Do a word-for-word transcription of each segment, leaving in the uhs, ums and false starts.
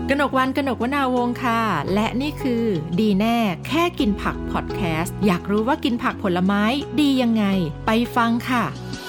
กนกวรรณ กนกวนาวงศ์ค่ะและนี่คือดีแน่แค่กินผักพอดแคสต์อยากรู้ว่ากินผักผลไม้ดียังไงไปฟังค่ะ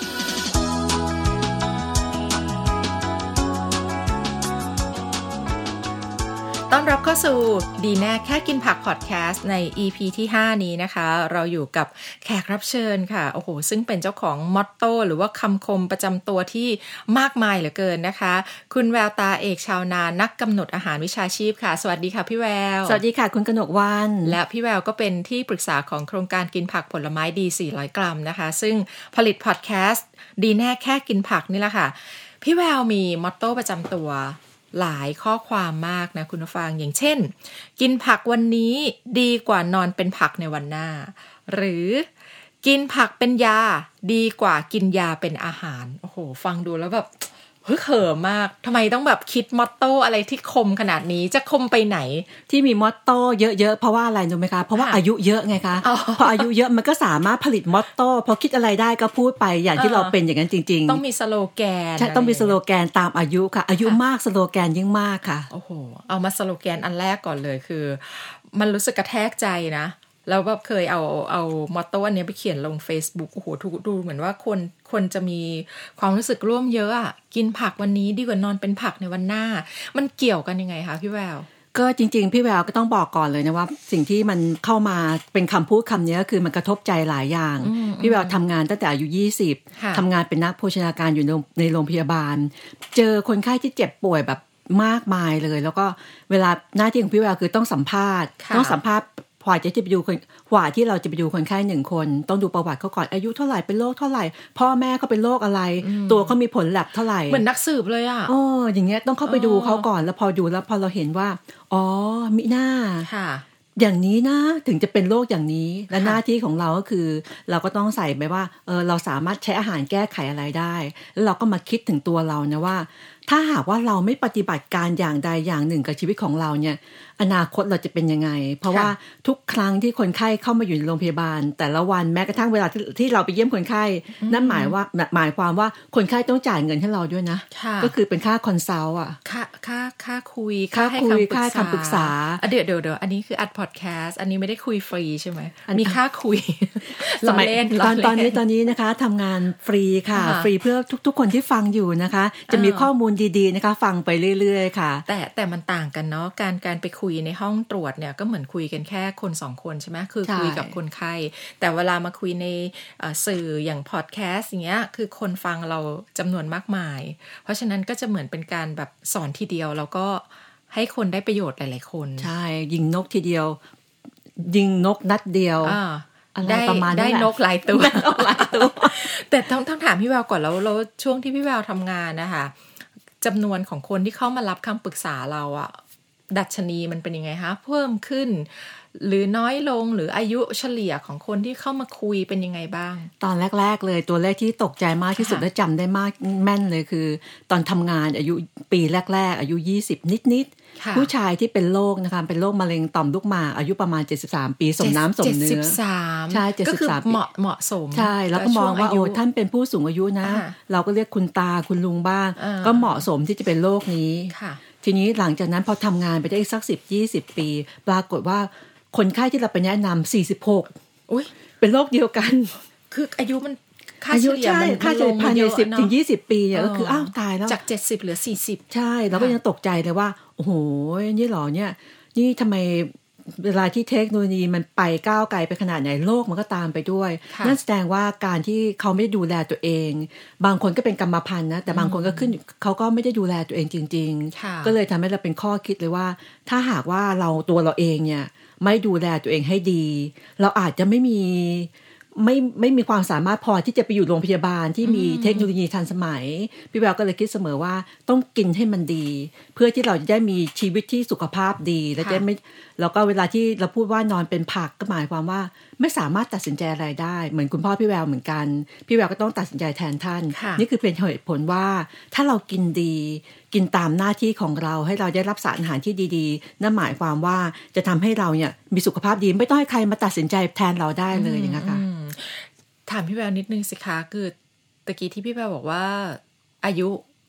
ต้อนรับเข้าสู่ดีแน่แค่กินผักพอดแคสต์ใน อี พี ที่ห้านี้นะคะเราอยู่กับแขกรับเชิญค่ะโอ้โหซึ่งเป็นเจ้าของมอตโต้หรือว่าคำคมประจำตัวที่มากมายเหลือเกินนะคะคุณแววตาเอกชาวนานักกำหนดอาหารวิชาชีพค่ะสวัสดีค่ะพี่แววสวัสดีค่ะคุณกนกวรรณและพี่แววก็เป็นที่ปรึกษาของโครงการกินผักผลไม้ดีสี่ร้อยกรัมนะคะซึ่งผลิตพอดแคสต์ดีแน่แค่กินผักนี่แหละค่ะพี่แววมีมอตโต้ประจำตัวหลายข้อความมากนะคุณผู้ฟังอย่างเช่นกินผักวันนี้ดีกว่านอนเป็นผักในวันหน้าหรือกินผักเป็นยาดีกว่ากินยาเป็นอาหารโอ้โหฟังดูแล้วแบบฮึกเหิมมากทำไมต้องแบบคิดมอตโต้อะไรที่คมขนาดนี้จะคมไปไหนที่มีมอตโต้เยอะๆเพราะว่าอะไรรู้ไหมคะเพราะว่าอายุเยอะไงคะพออายุเยอะมันก็สามารถผลิตมอตโต้พอคิดอะไรได้ก็พูดไปอย่างที่เราเป็นอย่างนั้นจริงๆต้องมีสโลแกนใช่ต้องมีสโลแกนตามอายุค่ะอายุมากสโลแกนยิ่งมากค่ะโอ้โหเอามาสโลแกนอันแรกก่อนเลยคือมันรู้สึกกระแทกใจนะแล้วแบบเคยเอาเอามอตโต้อันนี้ไปเขียนลง Facebook โอ้โหดูเหมือนว่าคนคนจะมีความรู้สึกร่วมเยอะอ่ะกินผักวันนี้ดีกว่านอนเป็นผักในวันหน้ามันเกี่ยวกันยังไงคะพี่แววก็จริงๆพี่แววก็ต้องบอกก่อนเลยนะว่าสิ่งที่มันเข้ามาเป็นคำพูดคำนี้คือมันกระทบใจหลายอย่างพี่แววทำงานตั้งแต่อายุยี่สิบทำงานเป็นนักโภชนาการอยู่ในโรงพยาบาลเจอคนไข้ที่เจ็บป่วยแบบมากมายเลยแล้วก็เวลาหน้าที่ของพี่แววคือต้องสัมภาษณ์ต้องสัมภาษณ์กว่าจะไปดูคนกว่าที่เราจะไปดูคนไข้หนึ่งคนต้องดูประวัติเขาก่อนอายุเท่าไหร่เป็นโรคเท่าไหร่พ่อแม่เขาเป็นโรคอะไรตัวเขามีผลแลบเท่าไหร่เหมือนนักสืบเลยอ่ะอ๋ออย่างเงี้ยต้องเข้าไปดูเขาก่อนแล้วพอดูแล้วพอเราเห็นว่าอ๋อมิน่าค่ะอย่างนี้นะถึงจะเป็นโรคอย่างนี้และหน้าที่ของเราก็คือเราก็ต้องใส่ไปว่าเออเราสามารถใช้อาหารแก้ไขอะไรได้แล้วเราก็มาคิดถึงตัวเรานะว่าถ้าหากว่าเราไม่ปฏิบัติการอย่างใดอย่างหนึ่งกับชีวิตของเราเนี่ยอนาคตเราจะเป็นยังไงเพราะว่าทุกครั้งที่คนไข้เข้ามาอยู่ในโรงพยาบาลแต่ละวันแม้กระทั่งเวลาที่เราไปเยี่ยมคนไข้นั่นหมายว่าหมายความว่าคนไข้ต้องจ่ายเงินให้เราด้วยนะก็คือเป็นค่าคอนซัลท์อ่ะค่าค่าค่าคุยค่าคุยค่าคำปรึกษาเดี๋ยวเดี๋ยวเดี๋ยวอันนี้คืออัดพอดแคสต์อันนี้ไม่ได้คุยฟรีใช่ไหมมีค่าคุยสมัยตอนตอนนี้ตอนนี้นะคะทำงานฟรีค่ะฟรีเพื่อทุกๆคนที่ฟังอยู่นะคะจะมีข้อมูลดีๆนะคะฟังไปเรื่อยๆค่ะแต่แต่มันต่างกันเนาะการการไปคุยในห้องตรวจเนี่ยก็เหมือนคุยกันแค่คนสองคนใช่ไหมคือคุยกับคนไข้แต่เวลามาคุยในสื่ออย่างพอดแคสต์อย่างเงี้ยคือคนฟังเราจำนวนมากมายเพราะฉะนั้นก็จะเหมือนเป็นการแบบสอนทีเดียวแล้วก็ให้คนได้ประโยชน์หลายๆคนใช่ยิงนกทีเดียวยิงนกนัดเดียวได้ได้นกหลายตัวหลายตัวแต่ต้องต้องถามพี่แววก่อนแล้วแล้วช่วงที่พี่แววทำงานนะคะจำนวนของคนที่เข้ามารับคำปรึกษาเราอะดัชนีมันเป็นยังไงคะเพิ่มขึ้นหรือน้อยลงหรืออายุเฉลี่ยของคนที่เข้ามาคุยเป็นยังไงบ้างตอนแรกๆเลยตัวเลขที่ตกใจมากที่สุดและจำได้มากแม่นเลยคือตอนทำงานอายุปีแรกๆอายุยี่สิบนิดๆผู้ชายที่เป็นโรคนะคะเป็นโรคมะเร็งต่อมลูกหมากอายุประมาณเจ็ดสิบสามปีสมน้ำสมเนื้อเจ็ดสิบสามใช่เจ็ดสิบสามก็คือเหมาะเหมาะสมใช่แล้วก็มองว่าโอ้ท่านเป็นผู้สูงอายุนะเราก็เรียกคุณตาคุณลุงบ้างก็เหมาะสมที่จะเป็นโรคนี้ทีนี้หลังจากนั้นพอทำงานไปได้สักสิบ ยี่สิบปีปรากฏว่าคนไข้ที่เราไปแนะนำสี่สิบหกอุ๊ยเป็นโรคเดียวกันคืออายุมันค่าเฉลี่ยมันค่าเฉลี่ยภายในสิบถึงยี่สิบปีเนี่ยก็คืออ้าวตายแล้วจากเจ็ดสิบเหลือสี่สิบใช่เราก็ยังตกใจเลยว่าโอ้โหนี่หรอเนี่ยนี่ทำไมเวลาที่เทคโนโลยีมันไปก้าวไกลไปขนาดไหนโลกมันก็ตามไปด้วยนั่นแสดงว่าการที่เขาไม่ดูแลตัวเองบางคนก็เป็นกรรมพันธุ์นะแต่บางคนก็ขึ้นเขาก็ไม่ได้ดูแลตัวเองจริงๆก็เลยทำให้เราเป็นข้อคิดเลยว่าถ้าหากว่าเราตัวเราเองเนี่ยไม่ดูแลตัวเองให้ดีเราอาจจะไม่มีไม่ไม่มีความสามารถพอที่จะไปอยู่โรงพยาบาลที่มีเทคโนโลยีทันสมัยพี่แววก็เลยคิดเสมอว่าต้องกินให้มันดีเพื่อที่เราจะได้มีชีวิตที่สุขภาพดีและจะไม่แล้วก็เวลาที่เราพูดว่านอนเป็นผักก็หมายความว่าไม่สามารถตัดสินใจอะไรได้เหมือนคุณพ่อพี่แววเหมือนกันพี่แววก็ต้องตัดสินใจแทนท่านนี่คือเป็นเหตุผลว่าถ้าเรากินดีกินตามหน้าที่ของเราให้เราได้รับสารอาหารที่ดีๆนั่นหมายความว่าจะทำให้เราเนี่ยมีสุขภาพดีไม่ต้องให้ใครมาตัดสินใจแทนเราได้เลยอย่างนี้ค่ะถามพี่แววนิดนึงสิคะคือตะกี้ที่พี่แววบอกว่าอายุ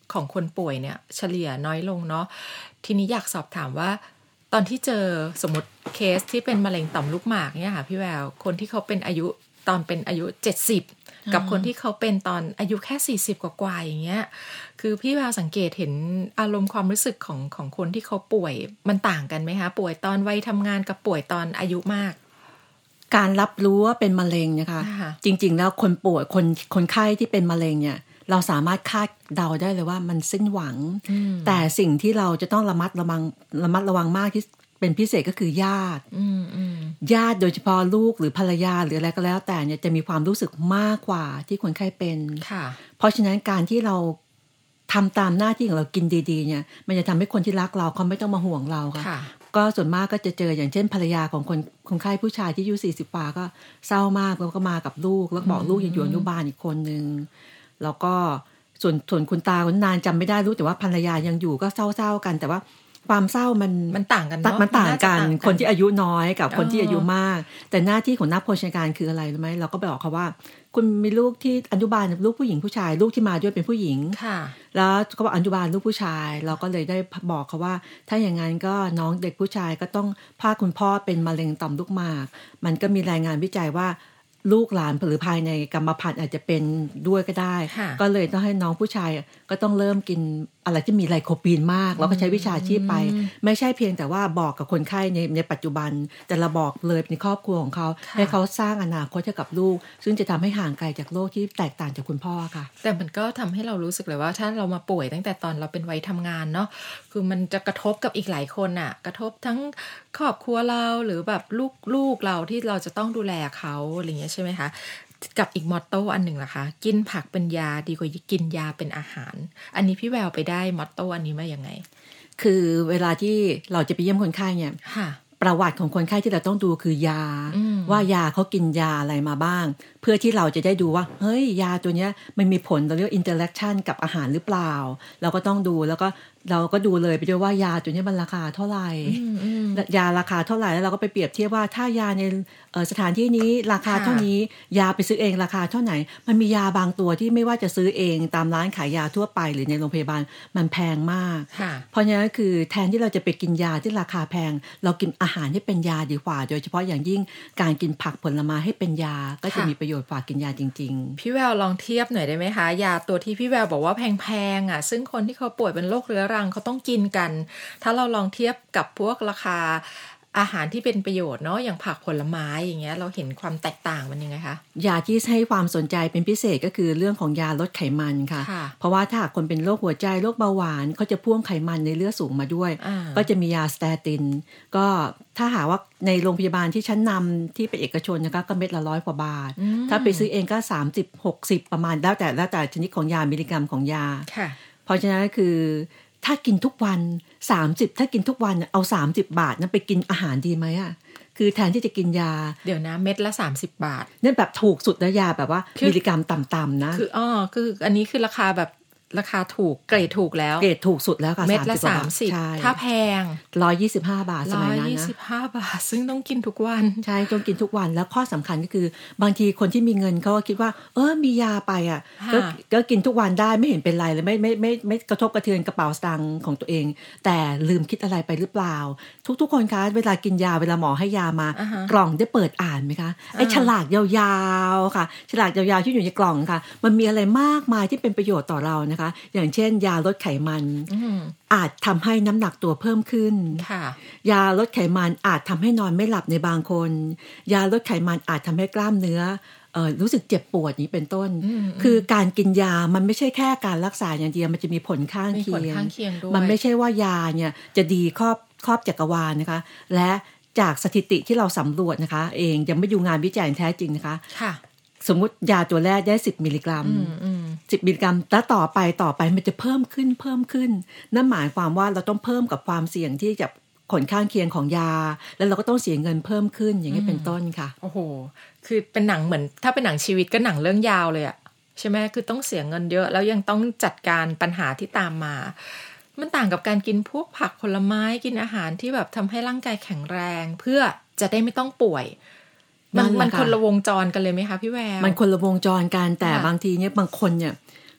ของคนป่วยเนี่ยเฉลี่ยน้อยลงเนาะทีนี้อยากสอบถามว่าตอนที่เจอสมมติเคสที่เป็นมะเร็งต่อมลูกหมากเนี่ยค่ะพี่แววคนที่เขาเป็นอายุตอนเป็นอายุเจ็ดสิบกับคนที่เขาเป็นตอนอายุแค่สี่สิบกว่าๆอย่างเงี้ยคือพี่แววสังเกตเห็นอารมณ์ความรู้สึกของของคนที่เขาป่วยมันต่างกันไหมคะป่วยตอนวัยทำงานกับป่วยตอนอายุมากการรับรู้ว่าเป็นมะเร็งนะคะจริงๆแล้วคนป่วยคนคนไข้ที่เป็นมะเร็งเนี่ยเราสามารถคาดเดาได้เลยว่ามันสิ้นหวังแต่สิ่งที่เราจะต้องระมัดระวังระมัดระวังมากที่เป็นพิเศษก็คือญาติญาติโดยเฉพาะลูกหรือภรรยาหรืออะไรก็แล้วแต่เนี่ยจะมีความรู้สึกมากกว่าที่คนไข้เป็นเพราะฉะนั้นการที่เราทำตามหน้าที่ของเรากินดีๆเนี่ยมันจะทำให้คนที่รักเราเขาไม่ต้องมาห่วงเราค่ะก็ส่วนมากก็จะเจออย่างเช่นภรรยาของคนคนไข้ผู้ชายที่อายุสี่สิบกว่าก็เศร้ามากแล้วก็มากับลูกแล้วบอกลูกยังอยู่อนุบาลอีกคนนึงแล้วก็ส่วนส่วนคุณตาคุณนานจำไม่ได้รู้แต่ว่าภรรยายังอยู่ก็เศร้าๆกันแต่ว่าความเศร้ามันมันต่างกันเนาะมันต่างกันคนที่อายุน้อยกับคนที่อายุมากแต่หน้าที่ของนักโภชนาการคืออะไรรู้ไหมเราก็บอกเขาว่าคุณมีลูกที่อนุบาลลูกผู้หญิงผู้ชายลูกที่มาด้วยเป็นผู้หญิงแล้วก็บอกอนุบาลลูกผู้ชายเราก็เลยได้บอกเขาว่าถ้าอย่างนั้นก็น้องเด็กผู้ชายก็ต้องพาคุณพ่อเป็นมะเร็งต่อมลูกหมากมันก็มีรายงานวิจัยว่าลูกหลานหรือภายในกรรมพันธุ์อาจจะเป็นด้วยก็ได้ก็เลยต้องให้น้องผู้ชายก็ต้องเริ่มกินอะไรที่มีไลโคปีนมากแล้วก็ใช้วิชาชีพไปไม่ใช่เพียงแต่ว่าบอกกับคนไข้ในในปัจจุบันแต่เราบอกเลยในครอบครัวของเขาให้เขาสร้างอนาคตให้กับลูกซึ่งจะทำให้ห่างไกลจากโรคที่แตกต่างจากคุณพ่อค่ะแต่มันก็ทำให้เรารู้สึกเลยว่าถ้าเรามาป่วยตั้งแต่ตอนเราเป็นวัยทำงานเนาะคือมันจะกระทบกับอีกหลายคนอ่ะกระทบทั้งครอบครัวเราหรือแบบลูกลูกเราที่เราจะต้องดูแลเขาอะไรอย่างเงี้ยใช่ไหมคะกับอีกมอตโต้อันหนึ่งล่ะคะกินผักเป็นยาดีกว่ากินยาเป็นอาหารอันนี้พี่แววไปได้มอตโต้อันนี้มาอย่างไงคือเวลาที่เราจะไปเยี่ยมคนไข้เนี่ยประวัติของคนไข้ที่เราต้องดูคือยาว่ายาเขากินยาอะไรมาบ้างเพื่อที่เราจะได้ดูว่าเฮ้ยยาตัวเนี้ยมันมีผลเราเรียกอินเตอร์แอคชั่นกับอาหารหรือเปล่าเราก็ต้องดูแล้วก็เราก็ดูเลยไปด้วยว่ายาตัวนี้มันราคาเท่าไหร่ยาราคาเท่าไหร่แล้วเราก็ไปเปรียบเทียบว่าถ้ายาในสถานที่นี้ราคาเท่านี้ยาไปซื้อเองราคาเท่าไหร่มันมียาบางตัวที่ไม่ว่าจะซื้อเองตามร้านขายยาทั่วไปหรือในโรงพยาบาลมันแพงมากเพราะฉะนั้นคือแทนที่เราจะไปกินยาที่ราคาแพงเรากินอาหารที่เป็นยาดีกว่าโดยเฉพาะอย่างยิ่งการกินผักผลไม้ให้เป็นยาก็จะมีประโยชน์กว่ากินยาจริงๆพี่แววลองเทียบหน่อยได้ไหมคะยาตัวที่พี่แววบอกว่าแพงๆอ่ะซึ่งคนที่เขาป่วยเป็นโรคเรื้อรังเขาต้องกินกันถ้าเราลองเทียบกับพวกราคาอาหารที่เป็นประโยชน์เนาะอย่างผักผลไม้อย่างเงี้ยเราเห็นความแตกต่างมันยังไงคะยาที่ให้ความสนใจเป็นพิเศษก็คือเรื่องของยาลดไขมันค่ะเพราะว่าถ้าคนเป็นโรคหัวใจโรคเบาหวานเขาจะพ่วงไขมันในเลือดสูงมาด้วยก็จะมียาสเตตินก็ถ้าหาว่าในโรงพยาบาลที่ชั้นนำที่เป็นเอกชนนะคะก็เม็ดละร้อยกว่าบาทถ้าไปซื้อเองก็สามสิบ หกสิบประมาณแล้วแต่แล้วแต่ชนิดของยามิลลิกรัมของยาเพราะฉะนั้นคือถ้ากินทุกวันสามสิบถ้ากินทุกวันเอาสามสิบบาทนั้นไปกินอาหารดีไหมอ่ะคือแทนที่จะกินยาเดี๋ยวนะเม็ดละสามสิบบาทนั่นแบบถูกสุดแล้วยาแบบว่ามิลลิกรัมต่ำๆนะคืออ้อคืออันนี้คือราคาแบบราคาถูกเกรดถูกแล้วเกรดถูกสุดแล้วค่ะเม็ดละสามสิบถ้าแพงหนึ่งร้อยยี่สิบห้าบาทสมัยนั้นนะหนึ่งร้อยยี่สิบห้าบาทซึ่งต้องกินทุกวันใช่ต้องกินทุกวันแล้วข้อสำคัญก็คือบางทีคนที่มีเงินเขาก็คิดว่าเออมียาไปอ่ะก็ก็กินทุกวันได้ไม่เห็นเป็นไรเลยไม่ไม่ไม่ไม่กระทบกระเทือนกระเป๋าสตางค์ของตัวเองแต่ลืมคิดอะไรไปหรือเปล่าทุกๆคนคะเวลากินยาเวลาหมอให้ยามากล่องได้เปิดอ่านไหมคะไอ้ฉลากยาวๆค่ะฉลากยาวๆที่อยู่ในกล่องค่ะมันมีอะไรมากมายที่เป็นประโยชน์ต่อเรานะคะอย่างเช่นยาลดไขมันอาจทำให้น้ำหนักตัวเพิ่มขึ้นยาลดไขมันอาจทำให้นอนไม่หลับในบางคนยาลดไขมันอาจทำให้กล้ามเนื้อเอ่อรู้สึกเจ็บปวดนี้เป็นต้นคือการกินยามันไม่ใช่แค่การรักษาอย่างเดียวมันจะมีผลข้างเคียงมันไม่ใช่ว่ายาเนี่ยจะดีครอบครอบจักรวาลนะคะและจากสถิติที่เราสำรวจนะคะเองยังไม่อยู่งานวิจัยแท้จริงนะคะสมมุติยาตัวแรกได้สิบมิลลิกรัมสิบมิลลิกรัมแล้วต่อไปต่อไปมันจะเพิ่มขึ้นเพิ่มขึ้นนั่นหมายความว่าเราต้องเพิ่มกับความเสี่ยงที่จะผลข้างเคียงของยาแล้วเราก็ต้องเสียเงินเพิ่มขึ้นอย่างนี้เป็นต้นค่ะโอ้โหคือเป็นหนังเหมือนถ้าเป็นหนังชีวิตก็หนังเรื่องยาวเลยอะใช่ไหมคือต้องเสียเงินเยอะแล้วยังต้องจัดการปัญหาที่ตามมามันต่างกับการกินพวกผักผลไม้กินอาหารที่แบบทำให้ร่างกายแข็งแรงเพื่อจะได้ไม่ต้องป่วยมันมันคนละวงจรกันเลยไหมคะพี่แววมันคนละวงจรกันแต่บางทีเนี่ยบางคนเนี่ย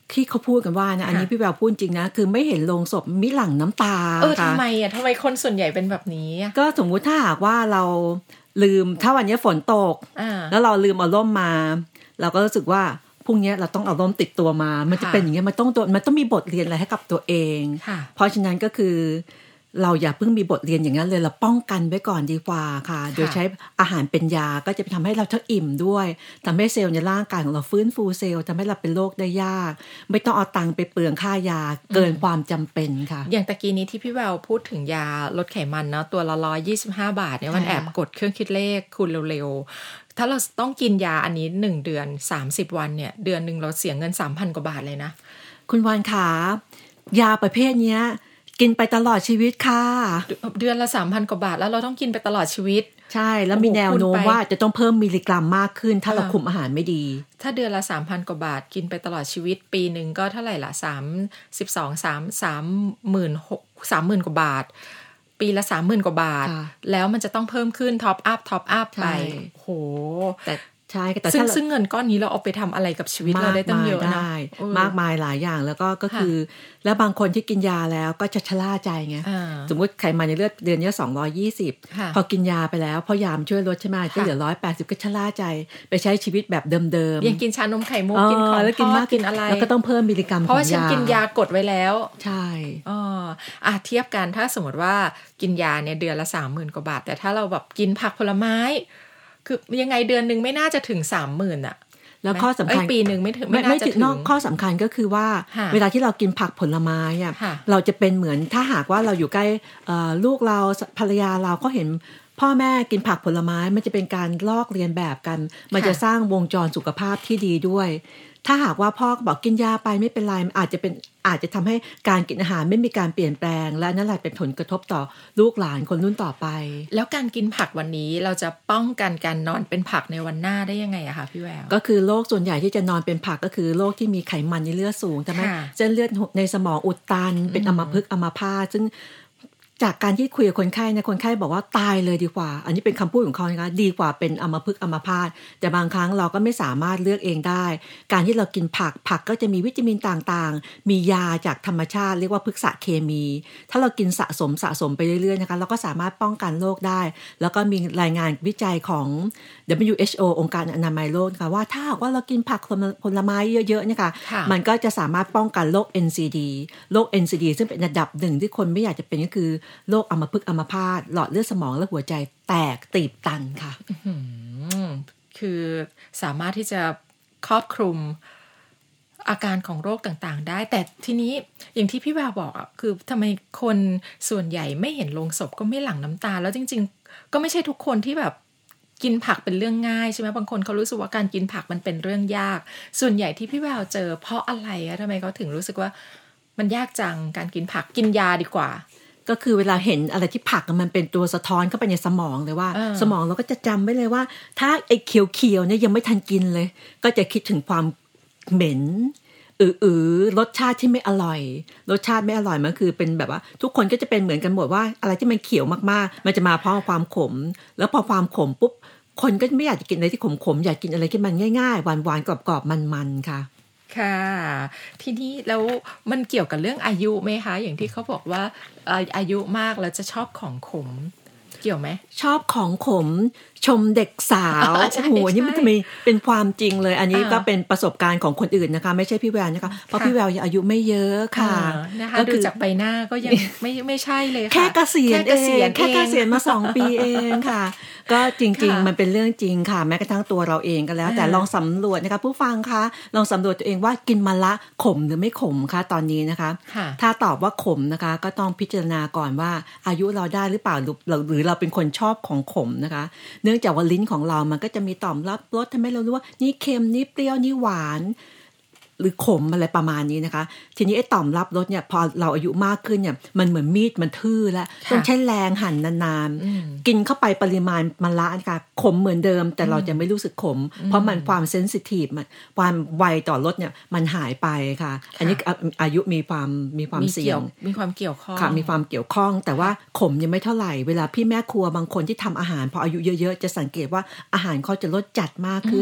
ที่เขาพูดกันว่านะอันนี้พี่แววพูดจริงนะคือไม่เห็นโลงศพมิหลั่งน้ำตาเออทำไมอ่ะทำไมคนส่วนใหญ่เป็นแบบนี้ก็สมมุติถ้าหากว่าเราลืมถ้าวันนี้ฝนตกแล้วเราลืมเอาร่มมาเราก็รู้สึกว่าพรุ่งนี้เราต้องเอาร่มติดตัวมามันจะเป็นอย่างเงี้ยมันต้องมันต้องมีบทเรียนอะไรให้กับตัวเองเพราะฉะนั้นก็คือเราอย่าเพิ่งมีบทเรียนอย่างนั้นเลยเราป้องกันไว้ก่อนดีกว่าค่ะโดยใช้อาหารเป็นยาก็จะทำให้เราทั้งอิ่มด้วยทำให้เซลล์ในร่างกายของเราฟื้นฟูเซลล์ทำให้เราเป็นโรคได้ยากไม่ต้องเอาตังค์ไปเปลืองค่ายาเกินความจำเป็นค่ะอย่างตะกี้นี้ที่พี่แววพูดถึงยาลดไขมันเนาะตัวละหนึ่งร้อยยี่สิบห้าบาทเนี่ยมันแอบกดเครื่องคิดเลขคูณเร็วๆถ้าเราต้องกินยาอันนี้หนึ่งเดือนสามสิบวันเนี่ยเดือนนึงเราเสียเงิน สามพัน กว่าบาทเลยนะคุณวานขายาประเภทเนี้ยกินไปตลอดชีวิตค่ะเดือนละ สามพัน กว่าบาทแล้วเราต้องกินไปตลอดชีวิตใช่แล้วมีแนวโน้มว่าจะต้องเพิ่มมิลลิกรัมมากขึ้นถ้าเราคุมอาหารไม่ดีถ้าเดือนละ สามพัน กว่าบาทกินไปตลอดชีวิตปีนึงก็เท่าไหร่ล่ะสามสิบสอง สาม สามหมื่นหก สามหมื่นกว่าบาทปีละ สามหมื่น กว่าบาทแล้วมันจะต้องเพิ่มขึ้นท็อปอัพท็อปอัพไปโหแต่ใช่แต่ซึ่งซึ่งเงินก้อนนี้เราเอาไปทำอะไรกับชีวิตเราได้ตั้งเยอะนะมากมายหลายอย่างแล้วก็ก็คือแล้วบางคนที่กินยาแล้วก็จะชะล่าใจไงสมมติไขมันในเลือดเดือนนี้สองร้อยยี่สิบพอกินยาไปแล้วพอยามช่วยลดใช่ไหมก็เหลือหนึ่งร้อยแปดสิบก็ชะล่าใจไปใช้ชีวิตแบบเดิมๆยังกินชานมไข่มุกกินของทอดกินอะไรแล้วก็ต้องเพิ่มมิลลิกรัมของยาเพราะว่าฉันกินยากดไว้แล้วใช่อ๋ออ่ะเทียบกันถ้าสมมติว่ากินยาเนี่ยเดือนละ สามหมื่น กว่าบาทแต่ถ้าเราแบบกินผักผลไม้คือยังไงเดือนนึงไม่น่าจะถึง สามหมื่น อ่ะแล้วข้อสำคัญปีนึงไม่ถึงไม่น่าจะถึงข้อสำคัญก็คือว่าเวลาที่เรากินผักผลไม้อ่ะเราจะเป็นเหมือนถ้าหากว่าเราอยู่ใกล้ลูกเราภรรยาเราก็เห็นพ่อแม่กินผักผลไม้มันจะเป็นการลอกเลียนแบบกันมันจะสร้างวงจรสุขภาพที่ดีด้วยถ้าหากว่าพ่อบอกกินยาไปไม่เป็นไรอาจจะเป็นอาจจะทำให้การกินอาหารไม่มีการเปลี่ยนแปลงและนั่นแหละเป็นผลกระทบต่อลูกหลานคนรุ่นต่อไปแล้วการกินผักวันนี้เราจะป้องกันการนอนเป็นผักในวันหน้าได้ยังไงอะคะพี่แววก็คือโรคส่วนใหญ่ที่จะนอนเป็นผักก็คือโรคที่มีไขมันในเลือดสูงทำให้เส้นเลือดในสมองอุดตันเป็นอัมพฤกษ์อัมพาตซึ่งจากการที่คุยกับคนไข้นะคนไข้บอกว่าตายเลยดีกว่าอันนี้เป็นคำพูดของเขานะคะดีกว่าเป็นอัมพฤกษ์อัมพาตแต่บางครั้งเราก็ไม่สามารถเลือกเองได้การที่เรากินผักผักก็จะมีวิตามินต่างๆมียาจากธรรมชาติเรียกว่าพฤกษเคมีถ้าเรากินสะสมสะสมไปเรื่อยๆนะคะเราก็สามารถป้องกันโรคได้แล้วก็มีรายงานวิจัยของ ดับเบิลยู เอช โอ องค์การอนามัยโลกค่ะว่าถ้าหากว่าเรากินผักผลไม้เยอะๆเนี่ยค่ะมันก็จะสามารถป้องกันโรค เอ็น ซี ดี โรค เอ็น ซี ดี ซึ่งเป็นระดับหนึ่งที่คนไม่อยากจะเป็นก็คือโรคอัมพฤกษ์อัมพาตหลอดเลือดสมองและหัวใจแตกตีบตันค่ะคือสามารถที่จะครอบคลุมอาการของโรคต่างๆได้แต่ทีนี้อย่างที่พี่แววบอกอ่ะคือทำไมคนส่วนใหญ่ไม่เห็นโลงศพก็ไม่หลั่งน้ำตาแล้วจริงๆก็ไม่ใช่ทุกคนที่แบบกินผักเป็นเรื่องง่ายใช่ไหมบางคนเขารู้สึกว่าการกินผักมันเป็นเรื่องยากส่วนใหญ่ที่พี่แววเจอเพราะอะไรอะทำไมเขาถึงรู้สึกว่ามันยากจังการกินผักกินยาดีกว่าก็คือเวลาเห็นอะไรที่ผักมันเป็นตัวสะท้อนเข้าไปในสมองเลยว่าสมองเราก็จะจำไว้เลยว่าถ้าไอ้เขียวๆเนี่ยยังไม่ทันกินเลยก็จะคิดถึงความเหม็นอือๆรสชาติที่ไม่อร่อยรสชาติไม่อร่อยมันคือเป็นแบบว่าทุกคนก็จะเป็นเหมือนกันหมดว่าอะไรที่มันเขียวมากๆมันจะมาพร้อมกับความขมแล้วพอความขมปุ๊บคนก็ไม่อยากจะกินอะไรที่ขมๆอยากกินอะไรที่มันง่ายๆหวานๆกรอบๆมันๆค่ะค่ะทีนี้แล้วมันเกี่ยวกับเรื่องอายุไหมคะอย่างที่เขาบอกว่าอายุมากแล้วจะชอบของขมเกี่ยวไหมชอบของขมชมเด็กสาวโอ้โหนี่มันจะมีเป็นความจริงเลยอันนี้ก็เป็นประสบการณ์ของคนอื่นนะคะไม่ใช่พี่แววนะคะเพราะพี่แววอายุไม่เยอะค่ะนะคะดูจากใบหน้าก็ยังไม่ไม่ใช่เลยค่ะแค่เกษียณเองแค่เกษียณมาสองปีเองค่ะก็จริงๆมันเป็นเรื่องจริงค่ะแม้กระทั่งตัวเราเองก็แล้วแต่ลองสำรวจนะคะผู้ฟังคะลองสำรวจตัวเองว่ากินมะละขมหรือไม่ขมคะตอนนี้นะคะถ้าตอบว่าขมนะคะก็ต้องพิจารณาก่อนว่าอายุเราได้หรือเปล่าหรือเราเป็นคนชอบของขมนะคะเนื่องจากว่าลิ้นของเรามันก็จะมีต่อมรับรสทำให้เรารู้ว่านี่เค็มนี่เปรี้ยวนี่หวานหรือขมอะไรประมาณนี้นะคะทีนี้ไอ้ต่อมรับรสเนี่ยพอเราอายุมากขึ้นเนี่ยมันเหมือนมีดมันทื่อแล้วต้องใช้แรงหั่นนานๆกินเข้าไปปริมาณมะละค่ะขมเหมือนเดิมแต่เราจะไม่รู้สึกขมเพราะมันความเซนซิทีฟมันความไวต่อรสเนี่ยมันหายไปค่ะอันนี้อายุมีความมีความเสี่ยงมีความเกี่ยวข้องค่ะมีความเกี่ยวข้องแต่ว่าขมยังไม่เท่าไหร่เวลาพี่แม่ครัวบางคนที่ทำอาหารพออายุเยอะๆจะสังเกตว่าอาหารเขาจะรสจัดมากขึ้น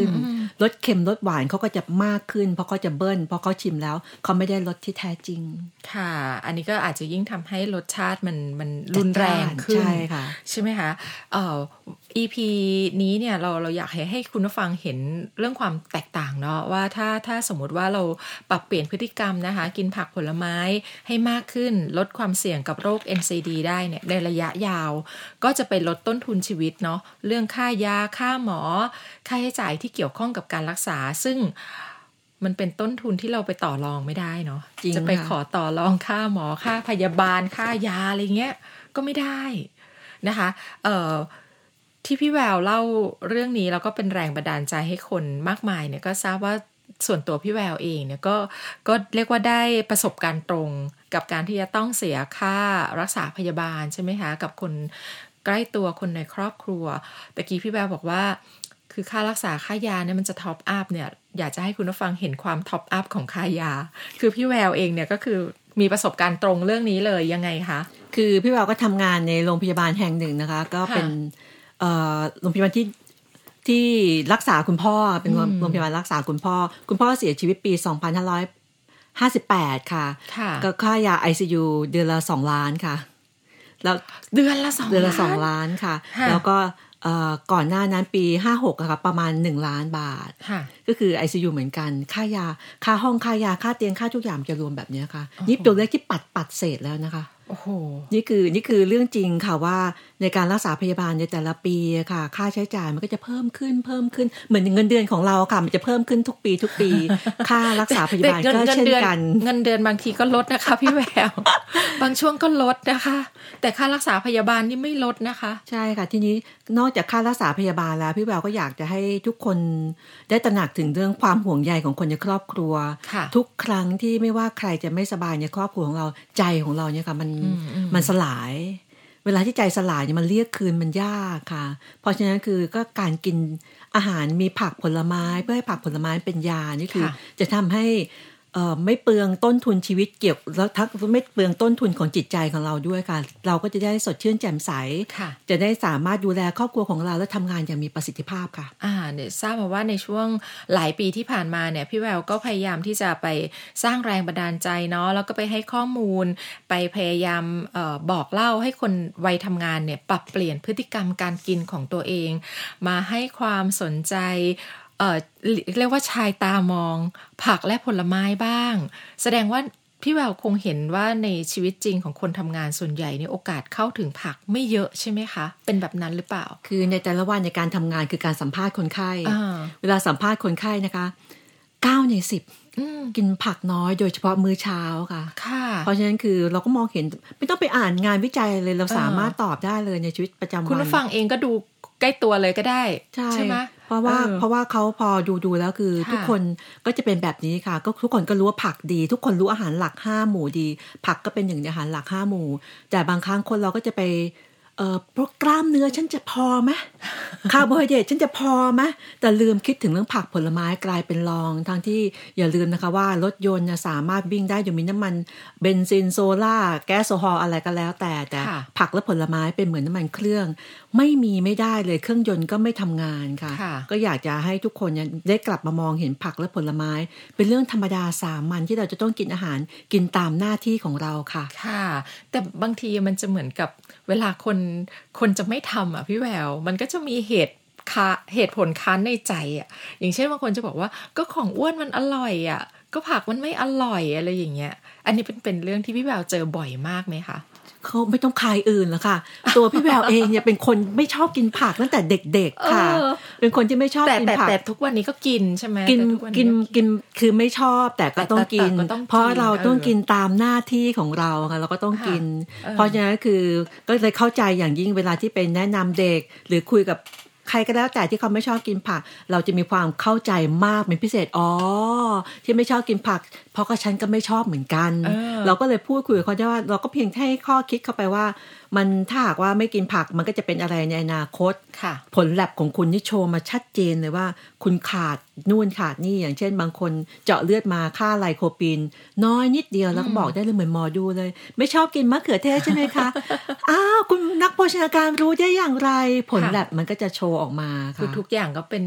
รสเค็มรสหวานเขาก็จะมากขึ้นเพราะเขาจะเบิ้ลเพราะเขาชิมแล้วเขาไม่ได้รสที่แท้จริงค่ะอันนี้ก็อาจจะยิ่งทำให้รสชาติมันมันรุนแรงขึ้นใช่ค่ะใช่ไหมคะเอ่อ อี พี นี้เนี่ยเราเราอยากให้ให้คุณผู้ฟังเห็นเรื่องความแตกต่างเนาะว่าถ้าถ้าสมมติว่าเราปรับเปลี่ยนพฤติกรรมนะคะกินผักผลไม้ให้มากขึ้นลดความเสี่ยงกับโรค เอ็น ซี ดี ได้เนี่ยในระยะยาวก็จะไปลดต้นทุนชีวิตเนาะเรื่องค่ายาค่าหมอค่าใช้จ่ายที่เกี่ยวข้องกับการรักษาซึ่งมันเป็นต้นทุนที่เราไปต่อรองไม่ได้เนาะจะไปขอต่อรองค่าหมอค่าพยาบาลค่ายาอะไรเงี้ยก็ไม่ได้นะคะเอ่อที่พี่แววเล่าเรื่องนี้แล้วก็เป็นแรงบันดาลใจให้คนมากมายเนี่ยก็ทราบว่าส่วนตัวพี่แววเองเนี่ยก็ก็เรียกว่าได้ประสบการณ์ตรงกับการที่จะต้องเสียค่ารักษาพยาบาลใช่ไหมคะกับคนใกล้ตัวคนในครอบครัวตะกี้พี่แววบอกว่าคือค่ารักษาค่ายาเนี่ยมันจะท็อปอัพเนี่ยอยากจะให้คุณผู้ฟังเห็นความท็อปอัพของค่ายาคือพี่แววเองเนี่ยก็คือมีประสบการณ์ตรงเรื่องนี้เลยยังไงคะคือพี่แววก็ทำงานในโรงพยาบาลแห่งหนึ่งนะคะก็เป็นโรงพยาบาลที่ที่รักษาคุณพ่อเป็นโรงพยาบาลรักษาคุณพ่อคุณพ่อเสียชีวิตปีสองพันห้าร้อยห้าสิบแปดค่ะก็ค่ายา ไอ ซี ยู เดือนละสองล้านค่ะแล้วเดือนละสองเดือนละสองล้านค่ะแล้วก็ก่อนหน้านั้นปีห้าสิบหกอะค่ะประมาณหนึ่งล้านบาทก็คือ ไอ ซี ยู เหมือนกันค่ายาค่าห้องค่ายาค่าเตียงค่าทุกอย่างจะรวมแบบนี้ค่ะนี่ตัวเลขที่ปัดปัดเศษแล้วนะคะโอ้โหนี่คือนี่คือเรื่องจริงค่ะว่าในการรักษาพยาบาลในแต่ละปีค่ะค่าใช้จ่ายมันก็จะเพิ่มขึ้นเพิ่มขึ้นเหมือนเงินเดือนของเราค่ะมันจะเพิ่มขึ้นทุกปีทุกปีค่ารักษาพยาบาลก็เช่นกันเงินเดือนบางทีก็ลดนะคะพี่แวว บางช่วงก็ลดนะคะแต่ค่ารักษาพยาบาลนี่ไม่ลดนะคะใช่ค่ะทีนี้นอกจากค่ารักษาพยาบาลแล้วพี่แววก็อยากจะให้ทุกคนได้ตระหนักถึงเรื่องความห่วงใยของคนในครอบครัวทุกครั้งที่ไม่ว่าใครจะไม่สบายในครอบครัวของเราใจของเราเนี่ยค่ะมันมันสลายเวลาที่ใจสลายเนี่ยมันเรียกคืนมันยากค่ะเพราะฉะนั้นคือก็การกินอาหารมีผักผลไม้เพื่อให้ผักผลไม้เป็นยานี่คือจะทำให้เอ่อไม่เปลืองต้นทุนชีวิตเกี่ยวแล้วทั้งไม่เปลืองต้นทุนของจิตใจของเราด้วยค่ะเราก็จะได้สดชื่นแจ่มใสจะได้สามารถดูแลครอบครัวของเราและทำงานอย่างมีประสิทธิภาพค่ะอ่าเนี่ยทราบมาว่าในช่วงหลายปีที่ผ่านมาเนี่ยพี่แววก็พยายามที่จะไปสร้างแรงบันดาลใจเนาะแล้วก็ไปให้ข้อมูลไปพยายามเอ่อบอกเล่าให้คนวัยทำงานเนี่ยปรับเปลี่ยนพฤติกรรมการกินของตัวเองมาให้ความสนใจเอ่อเรียกว่าชายตามองผักและผลไม้บ้างแสดงว่าพี่แววคงเห็นว่าในชีวิตจริงของคนทำงานส่วนใหญ่เนี่ยโอกาสเข้าถึงผักไม่เยอะใช่ไหมคะเป็นแบบนั้นหรือเปล่าคือในแต่ละวันในการทำงานคือการสัมภาษณ์คนไข้เวลาสัมภาษณ์คนไข้นะคะเก้าในสิบกินผักน้อยโดยเฉพาะมื้อเช้าค่ะเพราะฉะนั้นคือเราก็มองเห็นไม่ต้องไปอ่านงานวิจัยเลยเราสามารถตอบได้เลยในชีวิตประจำวันคุณผู้ฟังเองก็ดูใกล้ตัวเลยก็ได้ใช่ไหมเพราะว่าเพราะว่าเขาพอดูดูแล้วคือทุกคนก็จะเป็นแบบนี้ค่ะก็ทุกคนก็รู้ว่าผักดีทุกคนรู้อาหารหลักห้าหมู่ดีผักก็เป็นหนึ่งในอาหารหลักห้าหมู่แต่บางครั้งคนเราก็จะไปเอ่อโปรกล้ามเนื้อฉันจะพอไหมคาร์โบไฮเดรตฉันจะพอไหมแต่ลืมคิดถึงเรื่องผักผลไม้กลายเป็นรองทั้งที่อย่าลืมนะคะว่ารถยนต์สามารถวิ่งได้โดยมีน้ำมันเบนซินโซล่าแก๊สโซฮอลอะไรก็แล้วแต่แต่ผักและผลไม้เป็นเหมือนน้ำมันเครื่องไม่มีไม่ได้เลยเครื่องยนต์ก็ไม่ทำงานค่ะก็อยากจะให้ทุกคนได้กลับมามองเห็นผักและผลไม้เป็นเรื่องธรรมดาสามัญที่เราจะต้องกินอาหารกินตามหน้าที่ของเราค่ะค่ะแต่บางทีมันจะเหมือนกับเวลาคนคนจะไม่ทำอ่ะพี่แววมันก็จะมีเหตุค้าเหตุผลค้านในใจอ่ะอย่างเช่นบางคนจะบอกว่าก็ของอ้วนมันอร่อยอ่ะก็ผักมันไม่อร่อยอะไรอย่างเงี้ยอันนี้เป็นเป็นเรื่องที่พี่แววเจอบ่อยมากไหมคะเขาไม่ต้องใครอื่นหรอกค่ะตัวพี่แววเองเนี่ยเป็นคนไม่ชอบกินผักตั้งแต่เด็กๆค่ะเป็นคนที่ไม่ชอบกินผักแต่ทุกวันนี้ก็กินใช่ไหมกินกินกินคือไม่ชอบแต่ก็ต้องกินเพราะเราต้องกินตามหน้าที่ของเราค่ะเราก็ต้องกินเพราะฉะนั้นคือก็เลยเข้าใจอย่างยิ่งเวลาที่เป็นแนะนำเด็กหรือคุยกับใครก็แล้วแต่ที่เขาไม่ชอบกินผักเราจะมีความเข้าใจมากเป็นพิเศษอ๋อที่ไม่ชอบกินผักเพราะก็ฉันก็ไม่ชอบเหมือนกัน เ, เราก็เลยพูดคุยกับเขาว่าเราก็เพียงให้ข้อคิดเข้าไปว่ามันถ้าหากว่าไม่กินผักมันก็จะเป็นอะไรในอนาคตผลแลบของคุณนี่โชว์มาชัดเจนเลยว่าคุณขาดนู่นขาดนี่อย่างเช่นบางคนเจาะเลือดมาค่าไลโคปีนน้อยนิดเดียวแล้วก็บอกได้เลยเหมือนหมอดูเลยไม่ชอบกินมะเขือเทศใช่ไหมคะ อ้าวคุณนักโภชนาการรู้ได้อย่างไรผลแลบมันก็จะโชว์ออกมาค่ะคือทุกอย่างก็เป็น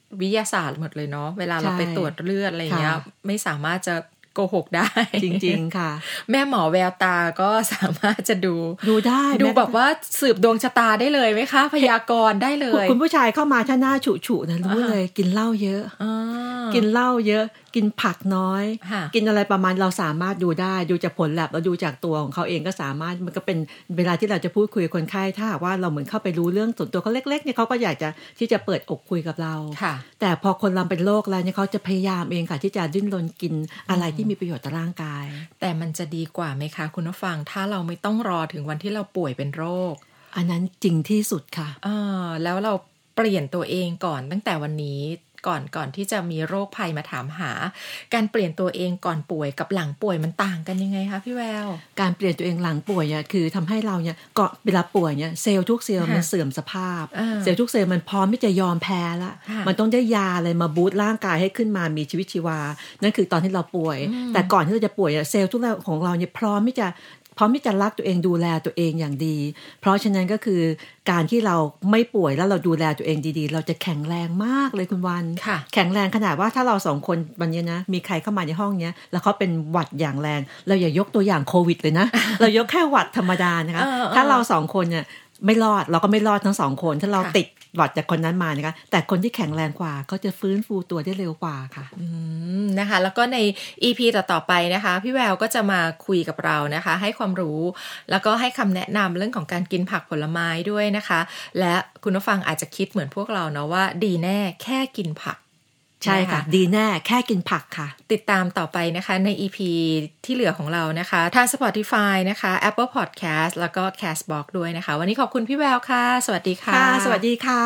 วิทยาศาสตร์หมดเลยเนาะเวลาเราไปตรวจเลือดอะไรเงี้ยไม่สามารถจะโกหกได้จริงๆค่ะแม่หมอแววตาก็สามารถจะดูดูได้ดูแบบว่าสืบดวงชะตาได้เลยไหมคะพยากรณ์ได้เลยคุณผู้ชายเข้ามาถ้าหน้าฉุๆนะรู้เลยกินเหล้าเยอะกินเหล้าเยอะกินผักน้อยกินอะไรประมาณเราสามารถดูได้ดูจากผลแลบแล้วดูจากตัวของเขาเองก็สามารถมันก็เป็นเวลาที่เราจะพูดคุยกับคนไข้ถ้าหากว่าเราเหมือนเข้าไปรู้เรื่องส่วนตัวเขาเล็กๆเนี่ยเขาก็อยากจะที่จะเปิดอกคุยกับเราแต่พอคนเราเป็นโรคแล้วเนี่ยเขาจะพยายามเองค่ะที่จะดิ้นรนกินอะไรที่มีประโยชน์ต่อร่างกายแต่มันจะดีกว่าไหมคะคุณผู้ฟังถ้าเราไม่ต้องรอถึงวันที่เราป่วยเป็นโรคอันนั้นจริงที่สุดค่ะอ่าแล้วเราเปลี่ยนตัวเองก่อนตั้งแต่วันนี้ก่อนก่อนที่จะมีโรคภัยมาถามหาการเปลี่ยนตัวเองก่อนป่วยกับหลังป่วยมันต่างกันยังไงคะพี่แววการเปลี่ยนตัวเองหลังป่วยเนี่ยคือทำให้เราเนี่ยก่อนเวลาป่วยเนี่ยเซลล์ทุกเซลล์มันเสื่อมสภาพเซลล์ทุกเซลล์มันพร้อมที่จะยอมแพ้ละมันต้องได้ยาอะไรมาบูสต์ร่างกายให้ขึ้นมามีชีวิตชีวานั่นคือตอนที่เราป่วยแต่ก่อนที่เราจะป่วยเซลล์ทุกอย่างของเราเนี่ยพร้อมที่จะพร้อมที่จะรักตัวเองดูแลตัวเองอย่างดีเพราะฉะนั้นก็คือการที่เราไม่ป่วยแล้วเราดูแลตัวเองดีๆเราจะแข็งแรงมากเลยคุณวันแข็งแรงขนาดว่าถ้าเราสองคนวันนี้นะมีใครเข้ามาในห้องเนี้ยแล้วเขาเป็นหวัดอย่างแรงเราอย่ายกตัวอย่างโควิดเลยนะ เรายกแค่หวัดธรรมดานะคะ ถ้าเราสองคนเนี่ยไม่รอดเราก็ไม่รอดทั้งสองคนถ้าเราติดหวัดจากคนนั้นมานะคะแต่คนที่แข็งแรงกว่าก็จะฟื้นฟูตัวได้เร็วกว่าค่ะอืมนะคะแล้วก็ใน อี พี ต่อๆไปนะคะพี่แววก็จะมาคุยกับเรานะคะให้ความรู้แล้วก็ให้คำแนะนำเรื่องของการกินผักผลไม้ด้วยนะคะและคุณผู้ฟังอาจจะคิดเหมือนพวกเราเนาะว่าดีแน่แค่กินผักใช่ค่ะดีแน่แค่กินผักค่ะติดตามต่อไปนะคะใน อี พี ที่เหลือของเรานะคะทาง Spotify นะคะ Apple Podcast แล้วก็ Castbox ด้วยนะคะวันนี้ขอบคุณพี่แววค่ะสวัสดีค่ะค่ะสวัสดีค่ะ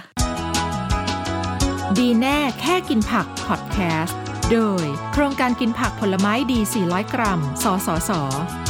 ดีแน่แค่กินผัก Podcast โดยโครงการกินผักผลไม้ดีสี่ร้อยกรัมสสส